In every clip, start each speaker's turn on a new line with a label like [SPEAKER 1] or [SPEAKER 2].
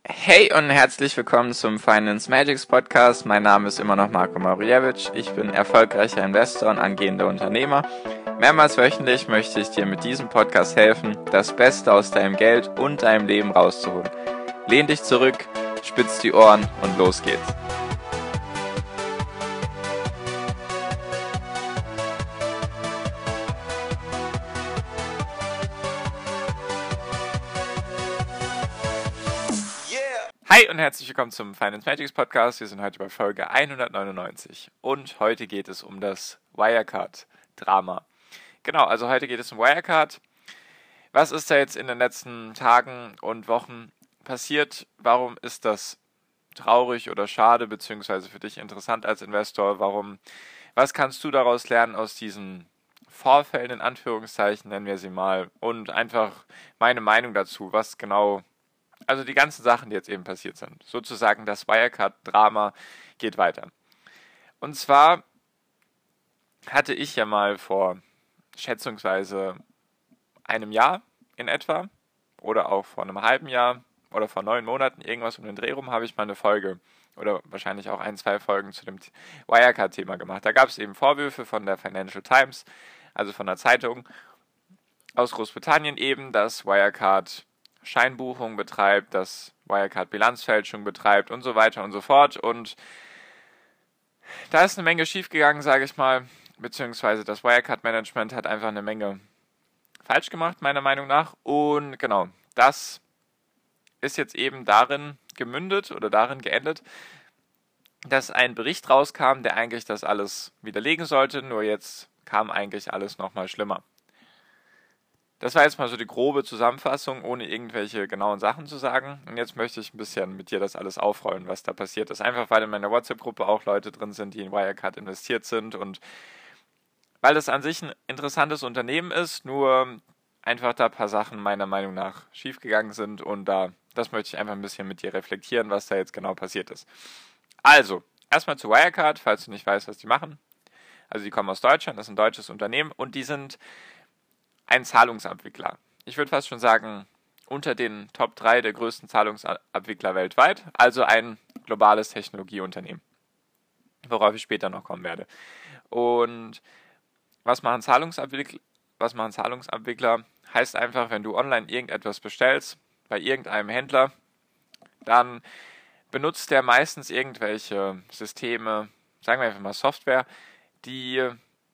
[SPEAKER 1] Hey und herzlich willkommen zum Finance Magics Podcast. Mein Name ist immer noch Marco Marijevic. Ich bin erfolgreicher Investor und angehender Unternehmer. Mehrmals wöchentlich möchte ich dir mit diesem Podcast helfen, das Beste aus deinem Geld und deinem Leben rauszuholen. Lehn dich zurück, spitz die Ohren und los geht's. Hi und herzlich willkommen zum Finance Magics Podcast. Wir sind heute bei Folge 199 und heute geht es um das Wirecard-Drama. Genau, also heute geht es um Wirecard. Was ist da jetzt in den letzten Tagen und Wochen passiert? Warum ist das traurig oder schade, beziehungsweise für dich interessant als Investor? Was kannst du daraus lernen aus diesen Vorfällen, in Anführungszeichen, nennen wir sie mal, und einfach meine Meinung dazu, was genau. Also die ganzen Sachen, die jetzt eben passiert sind. Sozusagen das Wirecard-Drama geht weiter. Und zwar hatte ich ja mal vor schätzungsweise einem Jahr in etwa oder auch vor einem halben Jahr oder vor 9 Monaten, irgendwas um den Dreh rum, habe ich mal eine Folge oder wahrscheinlich auch 1, 2 Folgen zu dem Wirecard-Thema gemacht. Da gab es eben Vorwürfe von der Financial Times, also von der Zeitung aus Großbritannien eben, dass Wirecard Scheinbuchung betreibt, dass Wirecard Bilanzfälschung betreibt und so weiter und so fort. Und da ist eine Menge schiefgegangen, sage ich mal, beziehungsweise das Wirecard-Management hat einfach eine Menge falsch gemacht, meiner Meinung nach. Und genau, das ist jetzt eben darin gemündet oder darin geendet, dass ein Bericht rauskam, der eigentlich das alles widerlegen sollte, nur jetzt kam eigentlich alles nochmal schlimmer. Das war jetzt mal so die grobe Zusammenfassung, ohne irgendwelche genauen Sachen zu sagen. Und jetzt möchte ich ein bisschen mit dir das alles aufrollen, was da passiert ist. Einfach weil in meiner WhatsApp-Gruppe auch Leute drin sind, die in Wirecard investiert sind und weil das an sich ein interessantes Unternehmen ist, nur einfach da ein paar Sachen meiner Meinung nach schiefgegangen sind und das möchte ich einfach ein bisschen mit dir reflektieren, was da jetzt genau passiert ist. Also, erstmal zu Wirecard, falls du nicht weißt, was die machen. Also die kommen aus Deutschland, das ist ein deutsches Unternehmen und die sind ein Zahlungsabwickler. Ich würde fast schon sagen, unter den Top 3 der größten Zahlungsabwickler weltweit, also ein globales Technologieunternehmen, worauf ich später noch kommen werde. Und was machen Zahlungsabwickler? Heißt einfach, wenn du online irgendetwas bestellst, bei irgendeinem Händler, dann benutzt der meistens irgendwelche Systeme, sagen wir einfach mal Software, die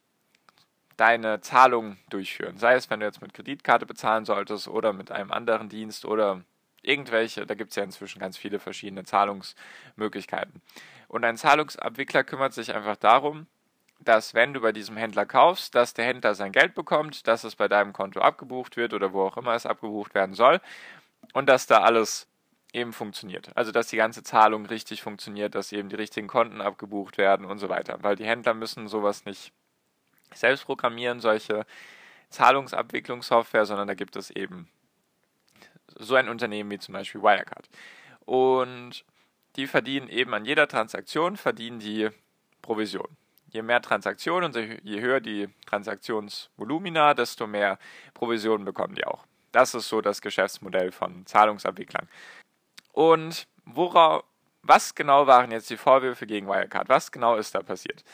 [SPEAKER 1] deine Zahlung durchführen. Sei es, wenn du jetzt mit Kreditkarte bezahlen solltest oder mit einem anderen Dienst oder irgendwelche, da gibt es ja inzwischen ganz viele verschiedene Zahlungsmöglichkeiten. Und ein Zahlungsabwickler kümmert sich einfach darum, dass wenn du bei diesem Händler kaufst, dass der Händler sein Geld bekommt, dass es bei deinem Konto abgebucht wird oder wo auch immer es abgebucht werden soll und dass da alles eben funktioniert. Also dass die ganze Zahlung richtig funktioniert, dass eben die richtigen Konten abgebucht werden und so weiter. Weil die Händler müssen sowas nicht selbst programmieren, solche Zahlungsabwicklungssoftware, sondern da gibt es eben so ein Unternehmen wie zum Beispiel Wirecard. Und die verdienen eben an jeder Transaktion, verdienen die Provision. Je mehr Transaktionen und je höher die Transaktionsvolumina, desto mehr Provisionen bekommen die auch. Das ist so das Geschäftsmodell von Zahlungsabwicklern. Und was genau waren jetzt die Vorwürfe gegen Wirecard? Was genau ist da passiert?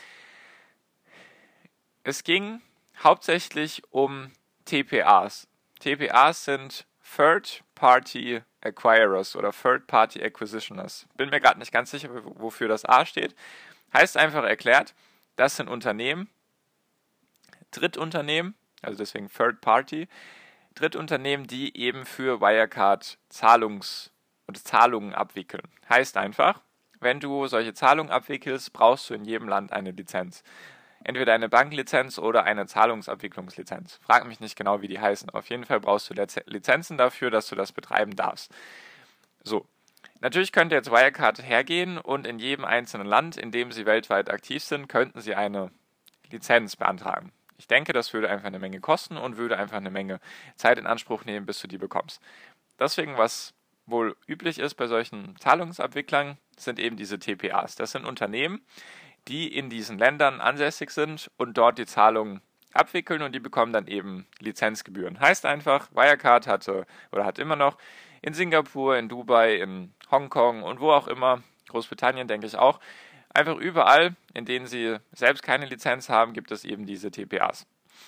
[SPEAKER 1] Es ging hauptsächlich um TPAs. TPAs sind Third-Party Acquirers oder Third-Party Acquisitioners. Bin mir gerade nicht ganz sicher, wofür das A steht. Heißt einfach erklärt, das sind Unternehmen, Drittunternehmen, also deswegen Third-Party, Drittunternehmen, die eben für Wirecard Zahlungen abwickeln. Heißt einfach, wenn du solche Zahlungen abwickelst, brauchst du in jedem Land eine Lizenz. Entweder eine Banklizenz oder eine Zahlungsabwicklungslizenz. Frag mich nicht genau, wie die heißen. Auf jeden Fall brauchst du Lizenzen dafür, dass du das betreiben darfst. So. Natürlich könnte jetzt Wirecard hergehen und in jedem einzelnen Land, in dem sie weltweit aktiv sind, könnten sie eine Lizenz beantragen. Ich denke, das würde einfach eine Menge kosten und würde einfach eine Menge Zeit in Anspruch nehmen, bis du die bekommst. Deswegen, was wohl üblich ist bei solchen Zahlungsabwicklern, sind eben diese TPAs. Das sind Unternehmen, die in diesen Ländern ansässig sind und dort die Zahlungen abwickeln und die bekommen dann eben Lizenzgebühren. Heißt einfach, Wirecard hatte oder hat immer noch in Singapur, in Dubai, in Hongkong und wo auch immer, Großbritannien denke ich auch, einfach überall, in denen sie selbst keine Lizenz haben, gibt es eben diese TPAs.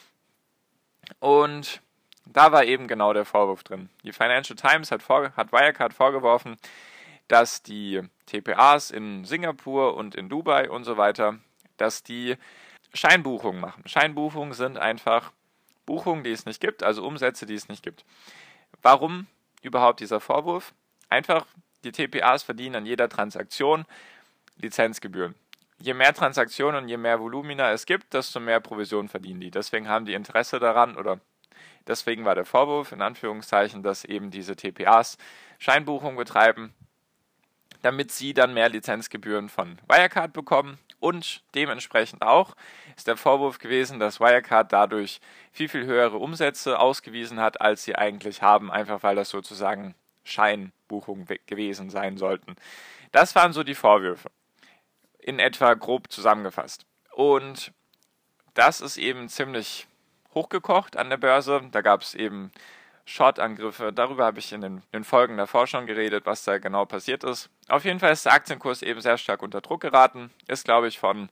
[SPEAKER 1] Und da war eben genau der Vorwurf drin. Die Financial Times hat Wirecard vorgeworfen, dass die TPAs in Singapur und in Dubai und so weiter, dass die Scheinbuchungen machen. Scheinbuchungen sind einfach Buchungen, die es nicht gibt, also Umsätze, die es nicht gibt. Warum überhaupt dieser Vorwurf? Einfach, die TPAs verdienen an jeder Transaktion Lizenzgebühren. Je mehr Transaktionen und je mehr Volumina es gibt, desto mehr Provision verdienen die. Deswegen haben die Interesse daran, oder deswegen war der Vorwurf, in Anführungszeichen, dass eben diese TPAs Scheinbuchungen betreiben, damit sie dann mehr Lizenzgebühren von Wirecard bekommen. Und dementsprechend auch ist der Vorwurf gewesen, dass Wirecard dadurch viel, viel höhere Umsätze ausgewiesen hat, als sie eigentlich haben, einfach weil das sozusagen Scheinbuchungen gewesen sein sollten. Das waren so die Vorwürfe, in etwa grob zusammengefasst. Und das ist eben ziemlich hochgekocht an der Börse. Da gab es eben Short-Angriffe. Darüber habe ich in den Folgen davor schon geredet, was da genau passiert ist. Auf jeden Fall ist der Aktienkurs eben sehr stark unter Druck geraten. Ist, glaube ich, von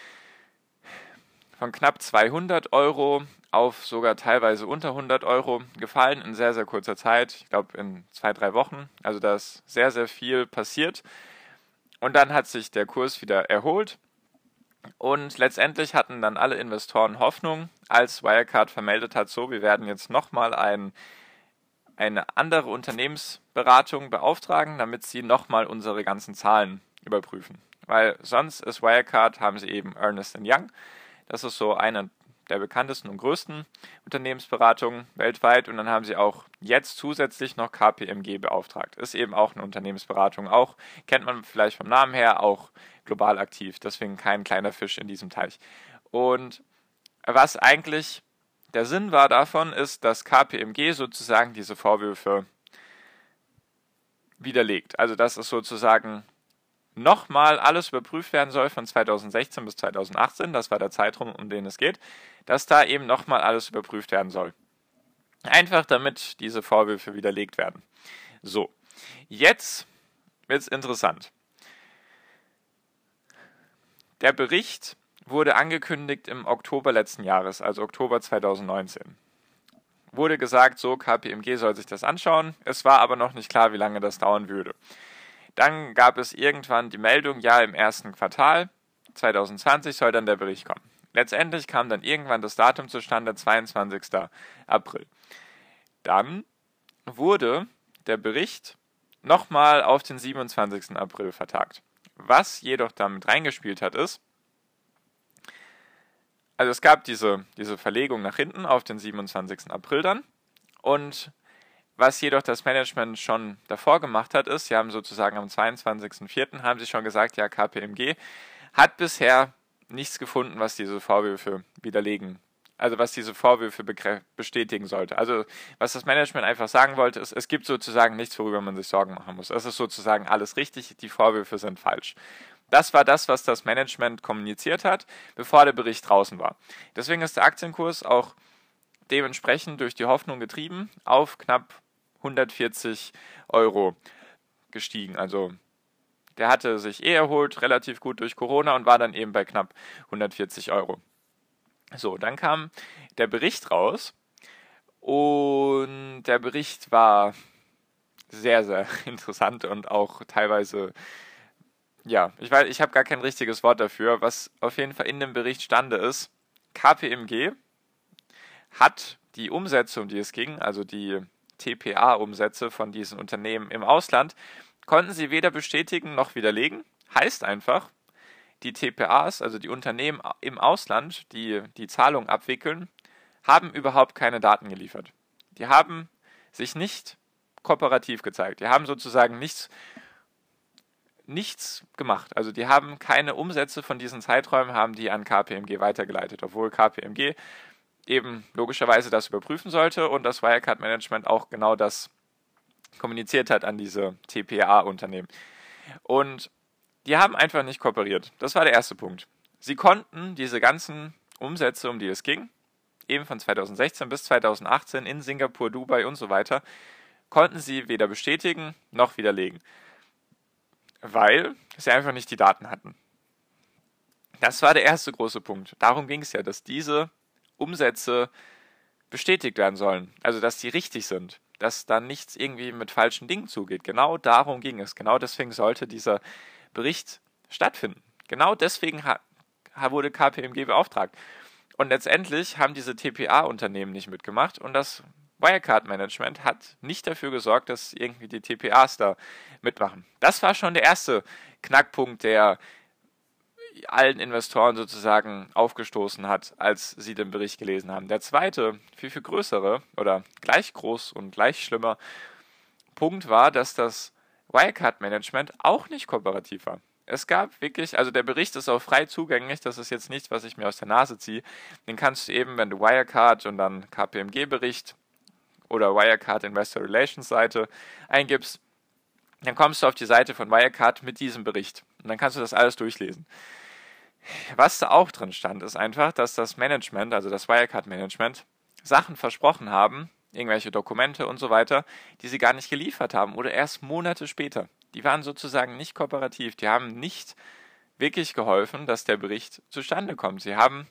[SPEAKER 1] knapp 200 Euro auf sogar teilweise unter 100 Euro gefallen in sehr, sehr kurzer Zeit. Ich glaube in 2-3 Wochen. Also da ist sehr, sehr viel passiert. Und dann hat sich der Kurs wieder erholt. Und letztendlich hatten dann alle Investoren Hoffnung, als Wirecard vermeldet hat, so, wir werden jetzt nochmal eine andere Unternehmensberatung beauftragen, damit sie nochmal unsere ganzen Zahlen überprüfen. Weil sonst ist Wirecard, haben sie eben Ernst & Young, das ist so eine der bekanntesten und größten Unternehmensberatungen weltweit, und dann haben sie auch jetzt zusätzlich noch KPMG beauftragt. Ist eben auch eine Unternehmensberatung, auch kennt man vielleicht vom Namen her, auch global aktiv, deswegen kein kleiner Fisch in diesem Teich. Und was eigentlich der Sinn war davon, ist, dass KPMG sozusagen diese Vorwürfe widerlegt. Also dass es sozusagen nochmal alles überprüft werden soll von 2016 bis 2018, das war der Zeitraum, um den es geht, dass da eben nochmal alles überprüft werden soll. Einfach damit diese Vorwürfe widerlegt werden. So, jetzt wird es interessant. Der Bericht wurde angekündigt im Oktober letzten Jahres, also Oktober 2019. Wurde gesagt, so, KPMG soll sich das anschauen, es war aber noch nicht klar, wie lange das dauern würde. Dann gab es irgendwann die Meldung, ja, im ersten Quartal 2020 soll dann der Bericht kommen. Letztendlich kam dann irgendwann das Datum zustande, 22. April. Dann wurde der Bericht nochmal auf den 27. April vertagt. Was jedoch damit reingespielt hat, ist, also es gab diese Verlegung nach hinten auf den 27. April dann, und was jedoch das Management schon davor gemacht hat, ist, sie haben sozusagen am 22.04. haben sie schon gesagt, ja, KPMG hat bisher nichts gefunden, was diese Vorwürfe widerlegen, also was diese Vorwürfe bestätigen sollte. Also was das Management einfach sagen wollte, ist, es gibt sozusagen nichts, worüber man sich Sorgen machen muss. Es ist sozusagen alles richtig, die Vorwürfe sind falsch. Das war das, was das Management kommuniziert hat, bevor der Bericht draußen war. Deswegen ist der Aktienkurs auch dementsprechend durch die Hoffnung getrieben auf knapp 140 Euro gestiegen. Also der hatte sich erholt, relativ gut durch Corona, und war dann eben bei knapp 140 Euro. So, dann kam der Bericht raus, und der Bericht war sehr, sehr interessant und auch teilweise, ja, ich habe gar kein richtiges Wort dafür. Was auf jeden Fall in dem Bericht stande ist, KPMG hat die Umsätze, um die es ging, also die TPA-Umsätze von diesen Unternehmen im Ausland, konnten sie weder bestätigen noch widerlegen. Heißt einfach, die TPAs, also die Unternehmen im Ausland, die die Zahlung abwickeln, haben überhaupt keine Daten geliefert. Die haben sich nicht kooperativ gezeigt. Die haben sozusagen nichts gemacht. Also die haben keine Umsätze von diesen Zeiträumen, haben die an KPMG weitergeleitet, obwohl KPMG eben logischerweise das überprüfen sollte und das Wirecard-Management auch genau das kommuniziert hat an diese TPA-Unternehmen. Und die haben einfach nicht kooperiert. Das war der erste Punkt. Sie konnten diese ganzen Umsätze, um die es ging, eben von 2016 bis 2018 in Singapur, Dubai und so weiter, konnten sie weder bestätigen noch widerlegen. weil sie einfach nicht die Daten hatten. Das war der erste große Punkt. Darum ging es ja, dass diese Umsätze bestätigt werden sollen. Also, dass die richtig sind. Dass da nichts irgendwie mit falschen Dingen zugeht. Genau darum ging es. Genau deswegen sollte dieser Bericht stattfinden. Genau deswegen wurde KPMG beauftragt. Und letztendlich haben diese TPA-Unternehmen nicht mitgemacht und das Wirecard-Management hat nicht dafür gesorgt, dass irgendwie die TPAs da mitmachen. Das war schon der erste Knackpunkt, der allen Investoren sozusagen aufgestoßen hat, als sie den Bericht gelesen haben. Der zweite, viel, viel größere oder gleich groß und gleich schlimmer Punkt war, dass das Wirecard-Management auch nicht kooperativ war. Es gab wirklich, also der Bericht ist auch frei zugänglich, das ist jetzt nichts, was ich mir aus der Nase ziehe. Den kannst du eben, wenn du Wirecard und dann KPMG-Bericht oder Wirecard Investor Relations Seite eingibst, dann kommst du auf die Seite von Wirecard mit diesem Bericht. Und dann kannst du das alles durchlesen. Was da auch drin stand, ist einfach, dass das Management, also das Wirecard-Management, Sachen versprochen haben, irgendwelche Dokumente und so weiter, die sie gar nicht geliefert haben oder erst Monate später. Die waren sozusagen nicht kooperativ, die haben nicht wirklich geholfen, dass der Bericht zustande kommt. Sie waren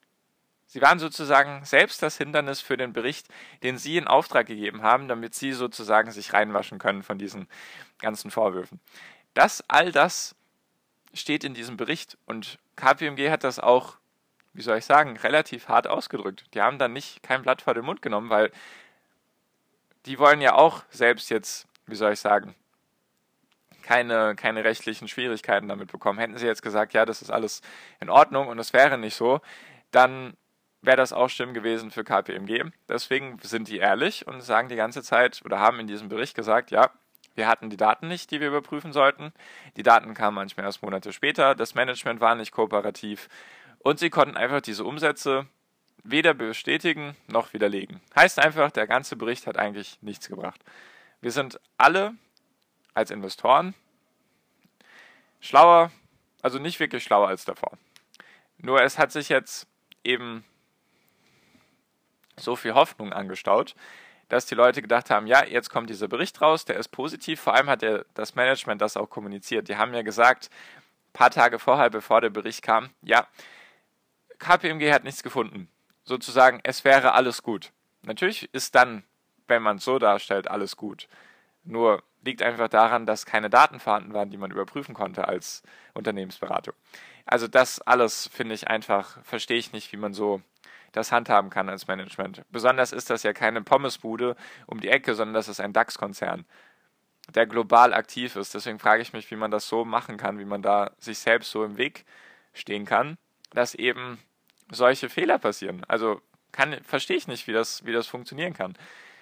[SPEAKER 1] sozusagen selbst das Hindernis für den Bericht, den sie in Auftrag gegeben haben, damit sie sozusagen sich reinwaschen können von diesen ganzen Vorwürfen. All das steht in diesem Bericht und KPMG hat das auch, wie soll ich sagen, relativ hart ausgedrückt. Die haben dann kein Blatt vor den Mund genommen, weil die wollen ja auch selbst jetzt, wie soll ich sagen, keine rechtlichen Schwierigkeiten damit bekommen. Hätten sie jetzt gesagt, ja, das ist alles in Ordnung und es wäre nicht so, dann wäre das auch schlimm gewesen für KPMG. Deswegen sind die ehrlich und sagen die ganze Zeit oder haben in diesem Bericht gesagt, ja, wir hatten die Daten nicht, die wir überprüfen sollten. Die Daten kamen manchmal erst Monate später. Das Management war nicht kooperativ. Und sie konnten einfach diese Umsätze weder bestätigen noch widerlegen. Heißt einfach, der ganze Bericht hat eigentlich nichts gebracht. Wir sind alle als Investoren schlauer, also nicht wirklich schlauer als davor. Nur es hat sich jetzt eben so viel Hoffnung angestaut, dass die Leute gedacht haben, ja, jetzt kommt dieser Bericht raus, der ist positiv. Vor allem hat das Management das auch kommuniziert. Die haben ja gesagt, ein paar Tage vorher, bevor der Bericht kam, ja, KPMG hat nichts gefunden. Sozusagen, es wäre alles gut. Natürlich ist dann, wenn man es so darstellt, alles gut. Nur liegt einfach daran, dass keine Daten vorhanden waren, die man überprüfen konnte als Unternehmensberatung. Also das alles finde ich einfach, verstehe ich nicht, wie man so das handhaben kann als Management. Besonders ist das ja keine Pommesbude um die Ecke, sondern das ist ein DAX-Konzern, der global aktiv ist. Deswegen frage ich mich, wie man das so machen kann, wie man da sich selbst so im Weg stehen kann, dass eben solche Fehler passieren. Also verstehe ich nicht, wie das funktionieren kann.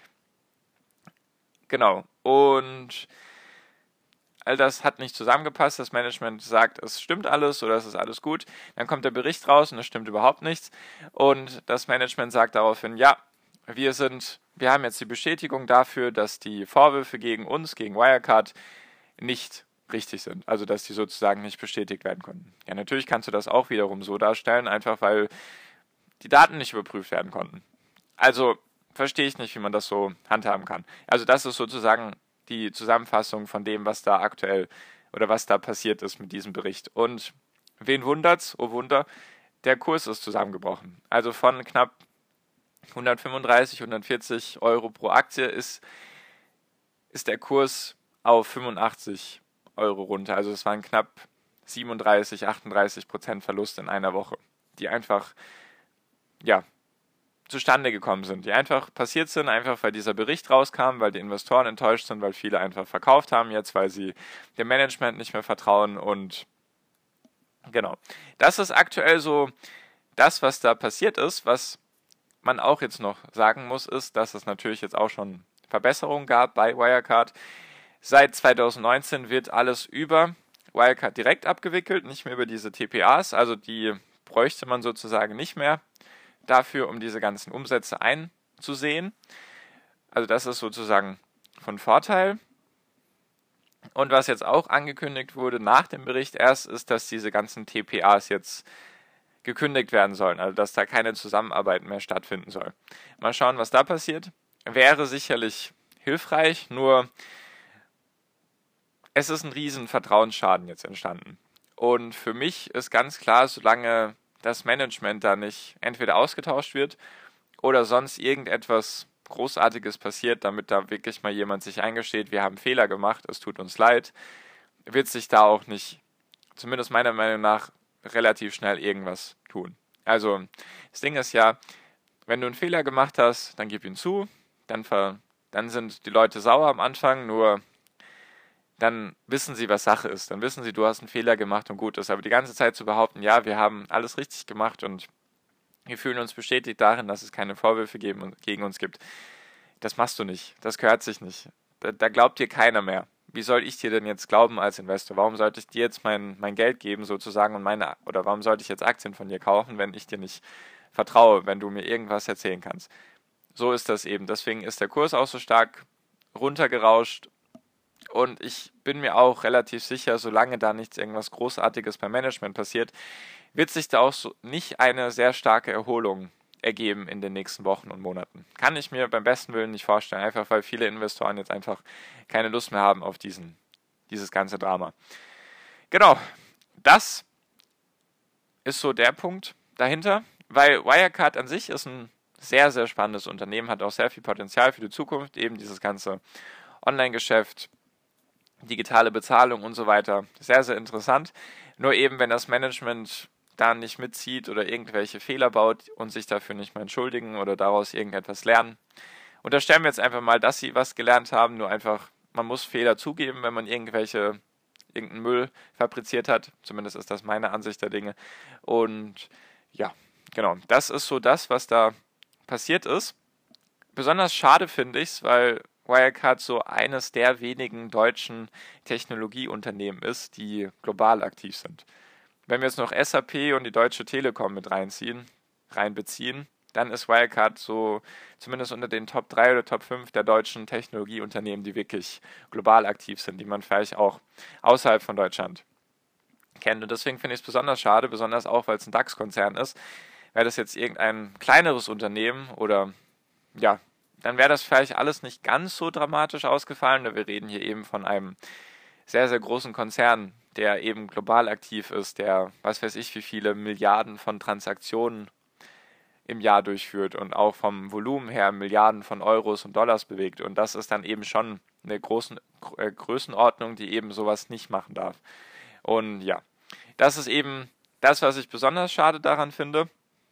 [SPEAKER 1] Genau. Und all das hat nicht zusammengepasst. Das Management sagt, es stimmt alles oder es ist alles gut. Dann kommt der Bericht raus und es stimmt überhaupt nichts. Und das Management sagt daraufhin, ja, wir haben jetzt die Bestätigung dafür, dass die Vorwürfe gegen uns, gegen Wirecard, nicht richtig sind. Also, dass die sozusagen nicht bestätigt werden konnten. Ja, natürlich kannst du das auch wiederum so darstellen, einfach weil die Daten nicht überprüft werden konnten. Also, verstehe ich nicht, wie man das so handhaben kann. Also, das ist sozusagen die Zusammenfassung von dem, was da aktuell oder was da passiert ist mit diesem Bericht. Und wen wundert's? Oh Wunder, der Kurs ist zusammengebrochen. Also von knapp 135, 140 Euro pro Aktie ist der Kurs auf 85 Euro runter. Also es waren knapp 37, 38% Verlust in einer Woche, die einfach, ja, zustande gekommen sind, die einfach passiert sind, einfach weil dieser Bericht rauskam, weil die Investoren enttäuscht sind, weil viele einfach verkauft haben jetzt, weil sie dem Management nicht mehr vertrauen und genau. Das ist aktuell so das, was da passiert ist. Was man auch jetzt noch sagen muss, ist, dass es natürlich jetzt auch schon Verbesserungen gab bei Wirecard. Seit 2019 wird alles über Wirecard direkt abgewickelt, nicht mehr über diese TPAs, also die bräuchte man sozusagen nicht mehr dafür, um diese ganzen Umsätze einzusehen. Also das ist sozusagen von Vorteil. Und was jetzt auch angekündigt wurde nach dem Bericht erst, ist, dass diese ganzen TPAs jetzt gekündigt werden sollen, also dass da keine Zusammenarbeit mehr stattfinden soll. Mal schauen, was da passiert. Wäre sicherlich hilfreich, nur es ist ein riesen Vertrauensschaden jetzt entstanden. Und für mich ist ganz klar, solange das Management da nicht entweder ausgetauscht wird oder sonst irgendetwas Großartiges passiert, damit da wirklich mal jemand sich eingesteht, wir haben Fehler gemacht, es tut uns leid, wird sich da auch nicht, zumindest meiner Meinung nach, relativ schnell irgendwas tun. Also das Ding ist ja, wenn du einen Fehler gemacht hast, dann gib ihn zu, dann sind die Leute sauer am Anfang, nur dann wissen sie, was Sache ist. Dann wissen sie, du hast einen Fehler gemacht und gut ist. Aber die ganze Zeit zu behaupten, ja, wir haben alles richtig gemacht und wir fühlen uns bestätigt darin, dass es keine Vorwürfe gegen uns gibt, das machst du nicht. Das gehört sich nicht. Da glaubt dir keiner mehr. Wie soll ich dir denn jetzt glauben als Investor? Warum sollte ich dir jetzt mein Geld geben sozusagen oder warum sollte ich jetzt Aktien von dir kaufen, wenn ich dir nicht vertraue, wenn du mir irgendwas erzählen kannst? So ist das eben. Deswegen ist der Kurs auch so stark runtergerauscht. Und ich bin mir auch relativ sicher, solange da nichts irgendwas Großartiges beim Management passiert, wird sich da auch so nicht eine sehr starke Erholung ergeben in den nächsten Wochen und Monaten. Kann ich mir beim besten Willen nicht vorstellen, einfach weil viele Investoren jetzt einfach keine Lust mehr haben auf dieses ganze Drama. Genau, das ist so der Punkt dahinter, weil Wirecard an sich ist ein sehr, sehr spannendes Unternehmen, hat auch sehr viel Potenzial für die Zukunft, eben dieses ganze Online-Geschäft, digitale Bezahlung und so weiter. Sehr, sehr interessant. Nur eben, wenn das Management da nicht mitzieht oder irgendwelche Fehler baut und sich dafür nicht mehr entschuldigen oder daraus irgendetwas lernen. Unterstellen wir jetzt einfach mal, dass sie was gelernt haben, nur einfach, man muss Fehler zugeben, wenn man irgendeinen Müll fabriziert hat. Zumindest ist das meine Ansicht der Dinge. Und ja, genau, das ist so das, was da passiert ist. Besonders schade finde ich es, weil Wirecard so eines der wenigen deutschen Technologieunternehmen ist, die global aktiv sind. Wenn wir jetzt noch SAP und die Deutsche Telekom mit reinbeziehen, dann ist Wirecard so zumindest unter den Top 3 oder Top 5 der deutschen Technologieunternehmen, die wirklich global aktiv sind, die man vielleicht auch außerhalb von Deutschland kennt. Und deswegen finde ich es besonders schade, besonders auch, weil es ein DAX-Konzern ist. Wäre das jetzt irgendein kleineres Unternehmen oder ja, dann wäre das vielleicht alles nicht ganz so dramatisch ausgefallen. Wir reden hier eben von einem sehr, sehr großen Konzern, der eben global aktiv ist, der, was weiß ich, wie viele Milliarden von Transaktionen im Jahr durchführt und auch vom Volumen her Milliarden von Euros und Dollars bewegt. Und das ist dann eben schon eine große Größenordnung, die eben sowas nicht machen darf. Und ja, das ist eben das, was ich besonders schade daran finde.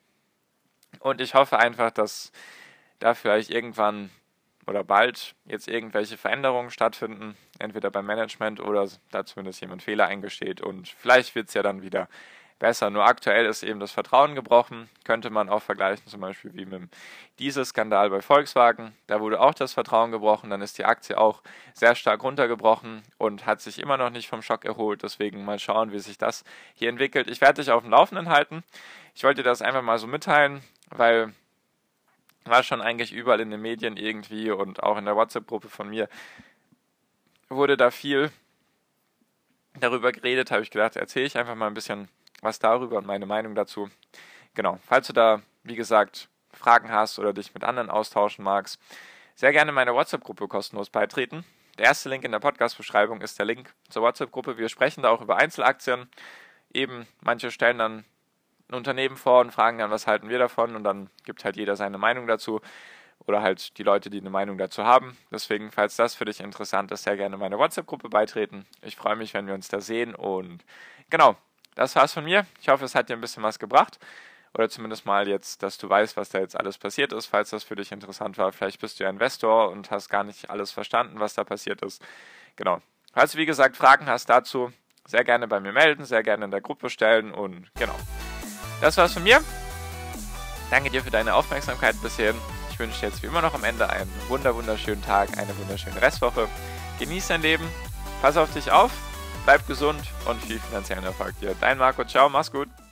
[SPEAKER 1] Und ich hoffe einfach, dass da vielleicht irgendwann oder bald jetzt irgendwelche Veränderungen stattfinden, entweder beim Management oder da zumindest jemand Fehler eingesteht und vielleicht wird es ja dann wieder besser. Nur aktuell ist eben das Vertrauen gebrochen, könnte man auch vergleichen zum Beispiel wie mit dem Dieselskandal bei Volkswagen, da wurde auch das Vertrauen gebrochen, dann ist die Aktie auch sehr stark runtergebrochen und hat sich immer noch nicht vom Schock erholt, deswegen mal schauen, wie sich das hier entwickelt. Ich werde dich auf dem Laufenden halten, ich wollte dir das einfach mal so mitteilen, weil war schon eigentlich überall in den Medien irgendwie und auch in der WhatsApp-Gruppe von mir wurde da viel darüber geredet, habe ich gedacht, erzähle ich einfach mal ein bisschen was darüber und meine Meinung dazu. Genau, falls du da, wie gesagt, Fragen hast oder dich mit anderen austauschen magst, sehr gerne meiner WhatsApp-Gruppe kostenlos beitreten. Der erste Link in der Podcast-Beschreibung ist der Link zur WhatsApp-Gruppe. Wir sprechen da auch über Einzelaktien. Eben, manche stellen dann ein Unternehmen vor und fragen dann, was halten wir davon und dann gibt halt jeder seine Meinung dazu oder halt die Leute, die eine Meinung dazu haben. Deswegen, falls das für dich interessant ist, sehr gerne meine WhatsApp-Gruppe beitreten. Ich freue mich, wenn wir uns da sehen und genau, das war's von mir. Ich hoffe, es hat dir ein bisschen was gebracht oder zumindest mal jetzt, dass du weißt, was da jetzt alles passiert ist, falls das für dich interessant war. Vielleicht bist du ja Investor und hast gar nicht alles verstanden, was da passiert ist. Genau. Falls du, wie gesagt, Fragen hast dazu, sehr gerne bei mir melden, sehr gerne in der Gruppe stellen und genau. Das war's von mir. Danke dir für deine Aufmerksamkeit bis hierhin. Ich wünsche dir jetzt wie immer noch am Ende einen wunderschönen Tag, eine wunderschöne Restwoche. Genieß dein Leben, pass auf dich auf, bleib gesund und viel finanziellen Erfolg dir. Dein Marco, ciao, mach's gut.